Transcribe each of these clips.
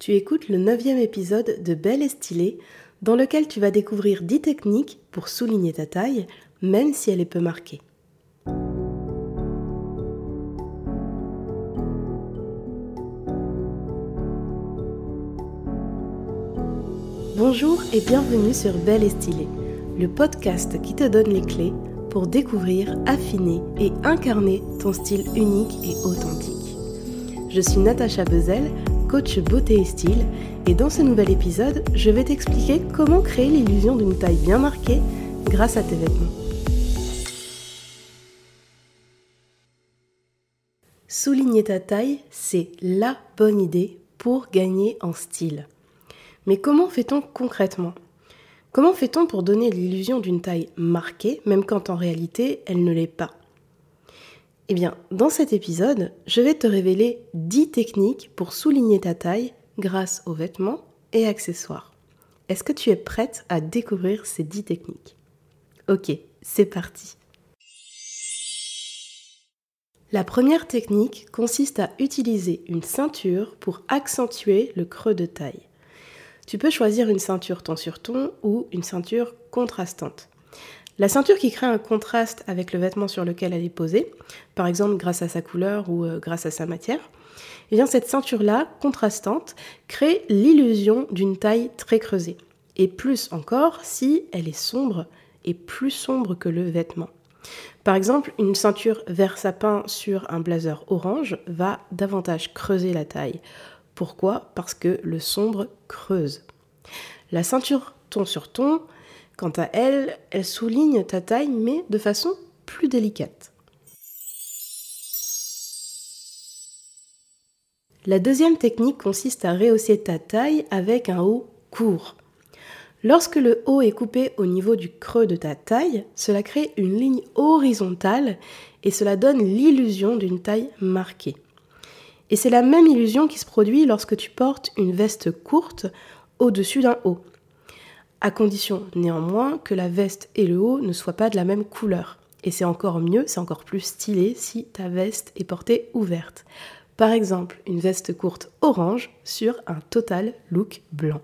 Tu écoutes le 9e épisode de Belle et Stylée, dans lequel tu vas découvrir 10 techniques pour souligner ta taille, même si elle est peu marquée. Bonjour et bienvenue sur Belle et Stylée, le podcast qui te donne les clés pour découvrir, affiner et incarner ton style unique et authentique. Je suis Natacha Bezel, coach beauté et style, et dans ce nouvel épisode, je vais t'expliquer comment créer l'illusion d'une taille bien marquée grâce à tes vêtements. Souligner ta taille, c'est la bonne idée pour gagner en style. Mais comment fait-on concrètement ? Comment fait-on pour donner l'illusion d'une taille marquée, même quand en réalité, elle ne l'est pas ? Eh bien, dans cet épisode, je vais te révéler 10 techniques pour souligner ta taille grâce aux vêtements et accessoires. Est-ce que tu es prête à découvrir ces 10 techniques ? Ok, c'est parti. La première technique consiste à utiliser une ceinture pour accentuer le creux de taille. Tu peux choisir une ceinture ton sur ton ou une ceinture contrastante. La ceinture qui crée un contraste avec le vêtement sur lequel elle est posée, par exemple grâce à sa couleur ou grâce à sa matière, eh bien cette ceinture-là, contrastante, crée l'illusion d'une taille très creusée. Et plus encore si elle est sombre et plus sombre que le vêtement. Par exemple, une ceinture vert sapin sur un blazer orange va davantage creuser la taille. Pourquoi ? Parce que le sombre creuse. La ceinture ton sur ton, quant à elle, elle souligne ta taille, mais de façon plus délicate. La deuxième technique consiste à rehausser ta taille avec un haut court. Lorsque le haut est coupé au niveau du creux de ta taille, cela crée une ligne horizontale et cela donne l'illusion d'une taille marquée. Et c'est la même illusion qui se produit lorsque tu portes une veste courte au-dessus d'un haut. À condition néanmoins que la veste et le haut ne soient pas de la même couleur. Et c'est encore mieux, c'est encore plus stylé si ta veste est portée ouverte. Par exemple, une veste courte orange sur un total look blanc.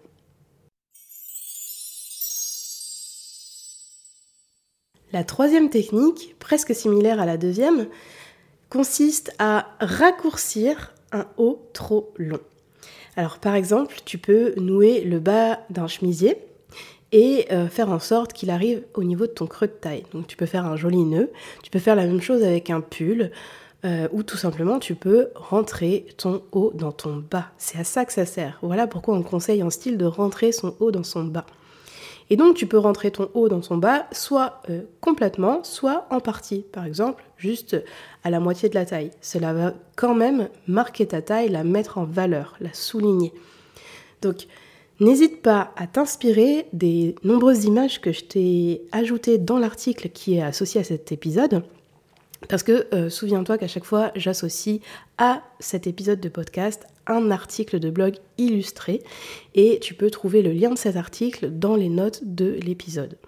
La troisième technique, presque similaire à la deuxième, consiste à raccourcir un haut trop long. Alors par exemple, tu peux nouer le bas d'un chemisier et faire en sorte qu'il arrive au niveau de ton creux de taille. Donc tu peux faire un joli nœud, tu peux faire la même chose avec un pull, ou tout simplement tu peux rentrer ton haut dans ton bas. C'est à ça que ça sert. Voilà pourquoi on conseille en style de rentrer son haut dans son bas. Et donc tu peux rentrer ton haut dans ton bas, soit complètement, soit en partie. Par exemple, juste à la moitié de la taille. Cela va quand même marquer ta taille, la mettre en valeur, la souligner. Donc, n'hésite pas à t'inspirer des nombreuses images que je t'ai ajoutées dans l'article qui est associé à cet épisode. Parce que souviens-toi qu'à chaque fois, j'associe à cet épisode de podcast un article de blog illustré et tu peux trouver le lien de cet article dans les notes de l'épisode.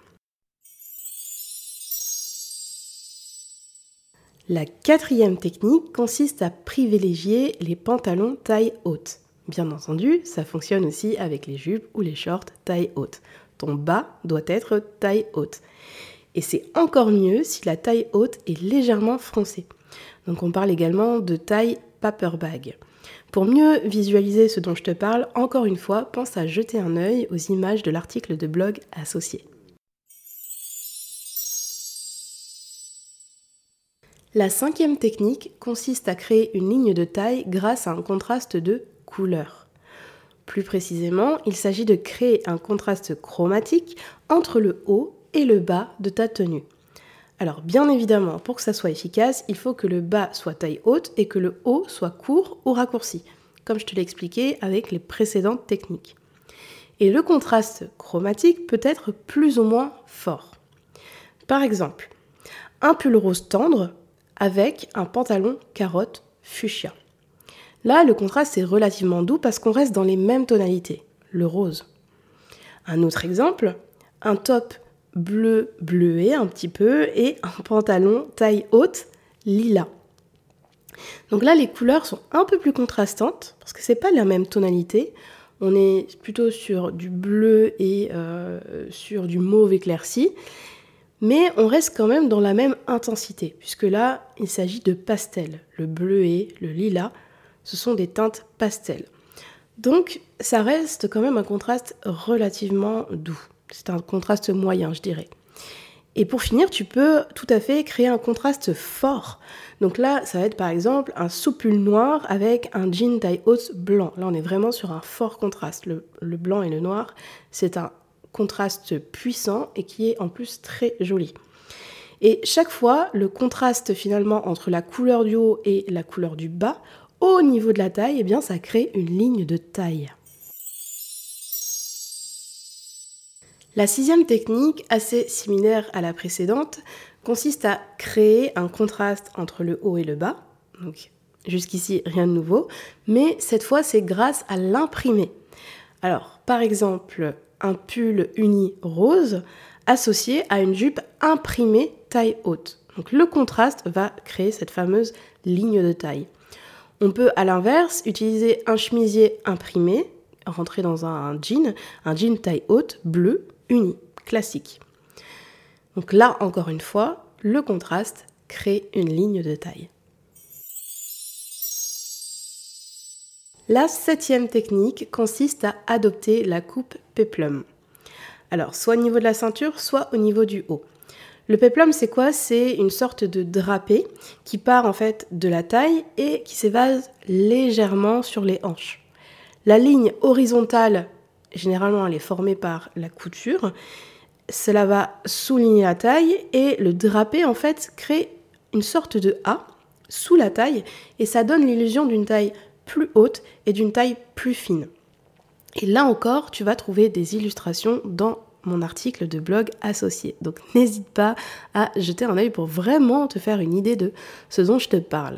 La quatrième technique consiste à privilégier les pantalons taille haute. Bien entendu, ça fonctionne aussi avec les jupes ou les shorts taille haute. Ton bas doit être taille haute. Et c'est encore mieux si la taille haute est légèrement froncée. Donc on parle également de taille paperbag. Pour mieux visualiser ce dont je te parle, encore une fois, pense à jeter un œil aux images de l'article de blog associé. La cinquième technique consiste à créer une ligne de taille grâce à un contraste de couleurs. Plus précisément, il s'agit de créer un contraste chromatique entre le haut et le bas de ta tenue. Alors bien évidemment, pour que ça soit efficace, il faut que le bas soit taille haute et que le haut soit court ou raccourci, comme je te l'ai expliqué avec les précédentes techniques. Et le contraste chromatique peut être plus ou moins fort. Par exemple, un pull rose tendre avec un pantalon carotte fuchsia. Là, le contraste est relativement doux parce qu'on reste dans les mêmes tonalités, le rose. Un autre exemple, un top bleu bleué un petit peu et un pantalon taille haute lilas. Donc là, les couleurs sont un peu plus contrastantes parce que c'est pas la même tonalité. on est plutôt sur du bleu et sur du mauve éclairci, mais on reste quand même dans la même intensité, puisque là, il s'agit de pastel. Le bleuet, le lilas, ce sont des teintes pastel. Donc, ça reste quand même un contraste relativement doux. C'est un contraste moyen, je dirais. Et pour finir, tu peux tout à fait créer un contraste fort. Donc là, ça va être par exemple un soupul noir avec un jean taille haute blanc. Là, on est vraiment sur un fort contraste. Le blanc et le noir, c'est un contraste puissant et qui est en plus très joli. Et chaque fois, le contraste finalement entre la couleur du haut et la couleur du bas, au niveau de la taille, eh bien, ça crée une ligne de taille. La 6e technique, assez similaire à la précédente, consiste à créer un contraste entre le haut et le bas. Donc, jusqu'ici, rien de nouveau. Mais cette fois, c'est grâce à l'imprimé. Alors, par exemple, un pull uni rose associé à une jupe imprimée taille haute. Donc, le contraste va créer cette fameuse ligne de taille. On peut, à l'inverse, utiliser un chemisier imprimé, rentrer dans un jean taille haute, bleu, uni, classique. Donc là, encore une fois, le contraste crée une ligne de taille. La 7e technique consiste à adopter la coupe péplum. Alors, soit au niveau de la ceinture, soit au niveau du haut. Le péplum, c'est quoi? C'est une sorte de drapé qui part en fait de la taille et qui s'évase légèrement sur les hanches. La ligne horizontale, généralement, elle est formée par la couture. Cela va souligner la taille et le drapé, en fait, crée une sorte de A sous la taille et ça donne l'illusion d'une taille plus haute et d'une taille plus fine. Et là encore, tu vas trouver des illustrations dans mon article de blog associé. Donc n'hésite pas à jeter un œil pour vraiment te faire une idée de ce dont je te parle.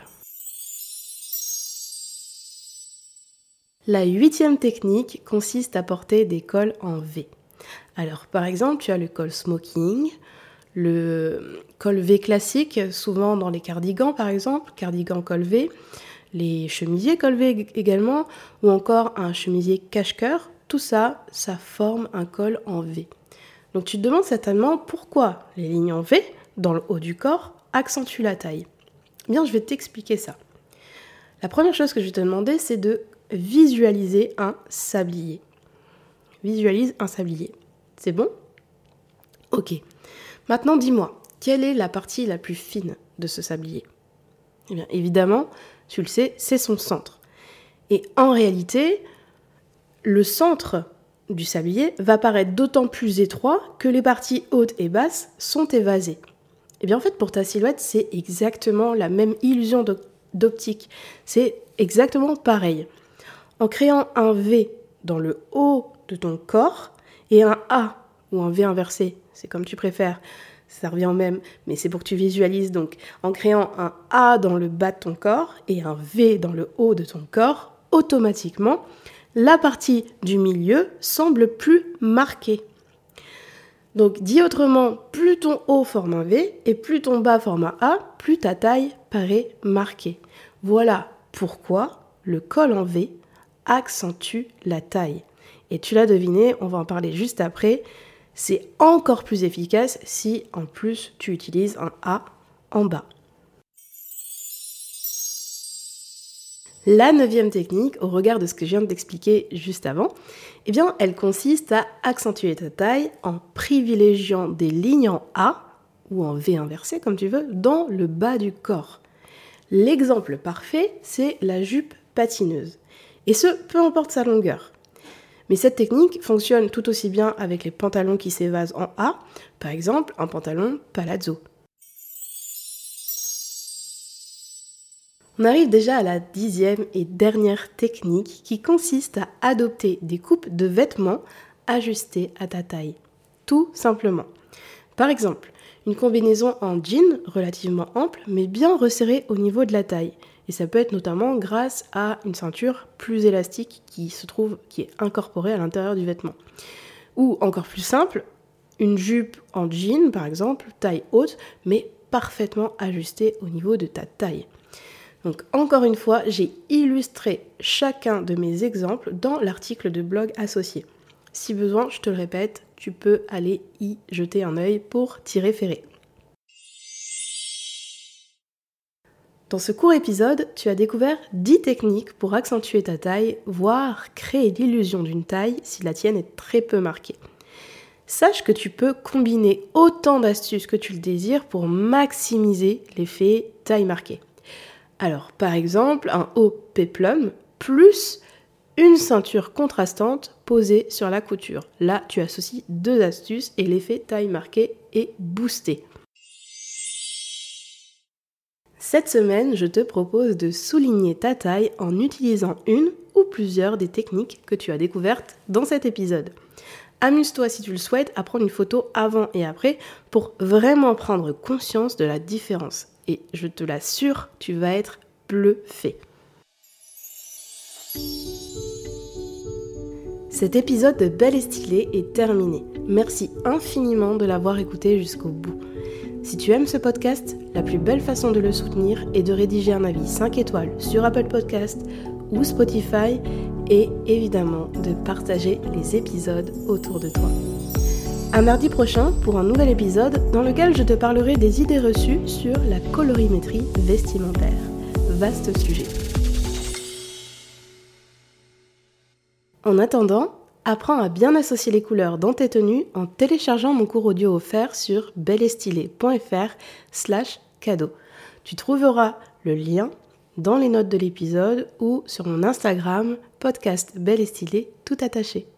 La 8e technique consiste à porter des cols en V. Alors par exemple, tu as le col smoking, le col V classique, souvent dans les cardigans par exemple, cardigan col V, les chemisiers col V également, ou encore un chemisier cache-cœur. Tout ça, ça forme un col en V. Donc tu te demandes certainement pourquoi les lignes en V, dans le haut du corps, accentuent la taille. Eh bien, je vais t'expliquer ça. La première chose que je vais te demander, c'est de visualiser un sablier. Visualise un sablier. C'est bon? Ok. Maintenant, dis-moi, quelle est la partie la plus fine de ce sablier? Eh bien, évidemment, tu le sais, c'est son centre. Et en réalité, le centre du sablier va paraître d'autant plus étroit que les parties hautes et basses sont évasées. Et bien en fait, pour ta silhouette, c'est exactement la même illusion d'optique. C'est exactement pareil. En créant un V dans le haut de ton corps et un A ou un V inversé, c'est comme tu préfères, ça revient au même, mais c'est pour que tu visualises. Donc, en créant un A dans le bas de ton corps et un V dans le haut de ton corps, automatiquement, la partie du milieu semble plus marquée. Donc, dit autrement, plus ton haut forme un V et plus ton bas forme un A, plus ta taille paraît marquée. Voilà pourquoi le col en V accentue la taille. Et tu l'as deviné, on va en parler juste après. C'est encore plus efficace si en plus tu utilises un A en bas. La 9e technique, au regard de ce que je viens de t'expliquer juste avant, eh bien, elle consiste à accentuer ta taille en privilégiant des lignes en A ou en V inversé comme tu veux dans le bas du corps. L'exemple parfait, c'est la jupe patineuse. Et ce, peu importe sa longueur. Mais cette technique fonctionne tout aussi bien avec les pantalons qui s'évasent en A, par exemple un pantalon palazzo. On arrive déjà à la 10e et dernière technique qui consiste à adopter des coupes de vêtements ajustées à ta taille. Tout simplement. Par exemple, une combinaison en jean relativement ample mais bien resserrée au niveau de la taille. Et ça peut être notamment grâce à une ceinture plus élastique qui est incorporée à l'intérieur du vêtement. Ou encore plus simple, une jupe en jean par exemple, taille haute, mais parfaitement ajustée au niveau de ta taille. Donc encore une fois, j'ai illustré chacun de mes exemples dans l'article de blog associé. Si besoin, je te le répète, tu peux aller y jeter un œil pour t'y référer. Dans ce court épisode, tu as découvert 10 techniques pour accentuer ta taille, voire créer l'illusion d'une taille si la tienne est très peu marquée. Sache que tu peux combiner autant d'astuces que tu le désires pour maximiser l'effet taille marquée. Alors, par exemple, un haut péplum plus une ceinture contrastante posée sur la couture. Là, tu associes 2 astuces et l'effet taille marquée est boosté. Cette semaine, je te propose de souligner ta taille en utilisant une ou plusieurs des techniques que tu as découvertes dans cet épisode. Amuse-toi si tu le souhaites à prendre une photo avant et après pour vraiment prendre conscience de la différence. Et je te l'assure, tu vas être bluffé. Cet épisode de Belle et Stylée est terminé. Merci infiniment de l'avoir écouté jusqu'au bout. Si tu aimes ce podcast, la plus belle façon de le soutenir est de rédiger un avis 5 étoiles sur Apple Podcast ou Spotify et évidemment de partager les épisodes autour de toi. À mardi prochain pour un nouvel épisode dans lequel je te parlerai des idées reçues sur la colorimétrie vestimentaire. Vaste sujet. En attendant, apprends à bien associer les couleurs dans tes tenues en téléchargeant mon cours audio offert sur belleestylée.fr/cadeau. Tu trouveras le lien dans les notes de l'épisode ou sur mon Instagram, podcast Belle et Stylée, tout attaché.